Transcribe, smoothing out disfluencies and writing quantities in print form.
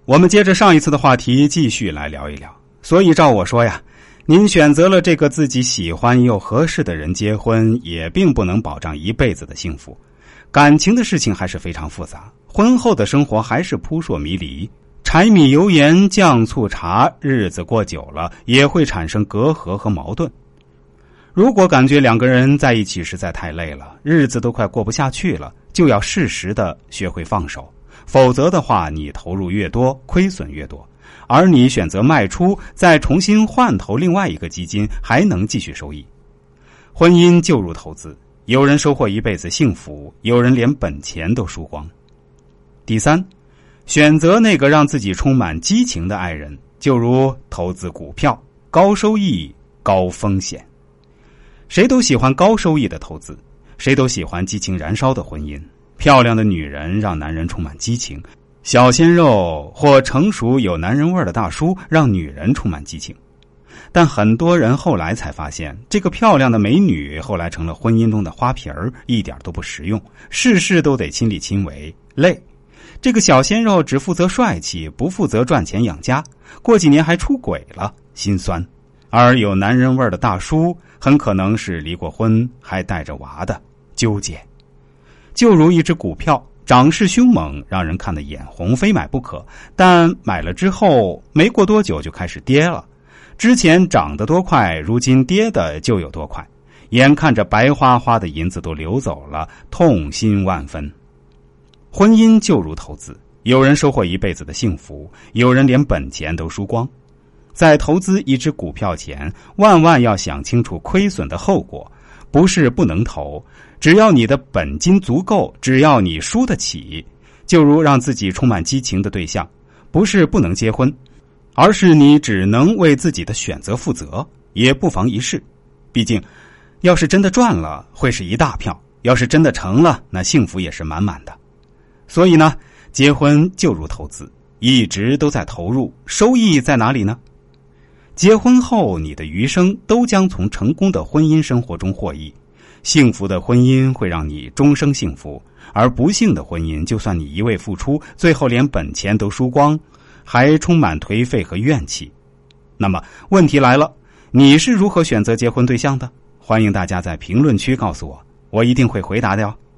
我们接着上一次的话题继续来聊一聊。所以照我说呀，您选择了这个自己喜欢又合适的人结婚，也并不能保障一辈子的幸福。感情的事情还是非常复杂，婚后的生活还是扑朔迷离，柴米油盐酱醋茶，日子过久了也会产生隔阂和矛盾。如果感觉两个人在一起实在太累了，日子都快过不下去了，就要适时的学会放手，否则的话，你投入越多，亏损越多，而你选择卖出，再重新换投另外一个基金，还能继续收益。婚姻就如投资，有人收获一辈子幸福，有人连本钱都输光。第三，选择那个让自己充满激情的爱人，就如投资股票，高收益高风险。谁都喜欢高收益的投资，谁都喜欢激情燃烧的婚姻。漂亮的女人让男人充满激情，小鲜肉或成熟有男人味的大叔让女人充满激情。但很多人后来才发现，这个漂亮的美女后来成了婚姻中的花瓶儿，一点都不实用，事事都得亲力亲为，累。这个小鲜肉只负责帅气，不负责赚钱养家，过几年还出轨了，心酸。而有男人味的大叔很可能是离过婚还带着娃的，纠结。就如一只股票，涨势凶猛，让人看得眼红，非买不可，但买了之后没过多久就开始跌了，之前涨得多快，如今跌的就有多快，眼看着白花花的银子都流走了，痛心万分。婚姻就如投资，有人收获一辈子的幸福，有人连本钱都输光。在投资一只股票前，万万要想清楚亏损的后果，不是不能投，只要你的本金足够，只要你输得起。就如让自己充满激情的对象，不是不能结婚，而是你只能为自己的选择负责，也不妨一试。毕竟要是真的赚了，会是一大票，要是真的成了，那幸福也是满满的。所以呢，结婚就如投资，一直都在投入，收益在哪里呢？结婚后，你的余生都将从成功的婚姻生活中获益。幸福的婚姻会让你终生幸福，而不幸的婚姻，就算你一味付出，最后连本钱都输光，还充满颓废和怨气。那么问题来了，你是如何选择结婚对象的？欢迎大家在评论区告诉我，我一定会回答的哟。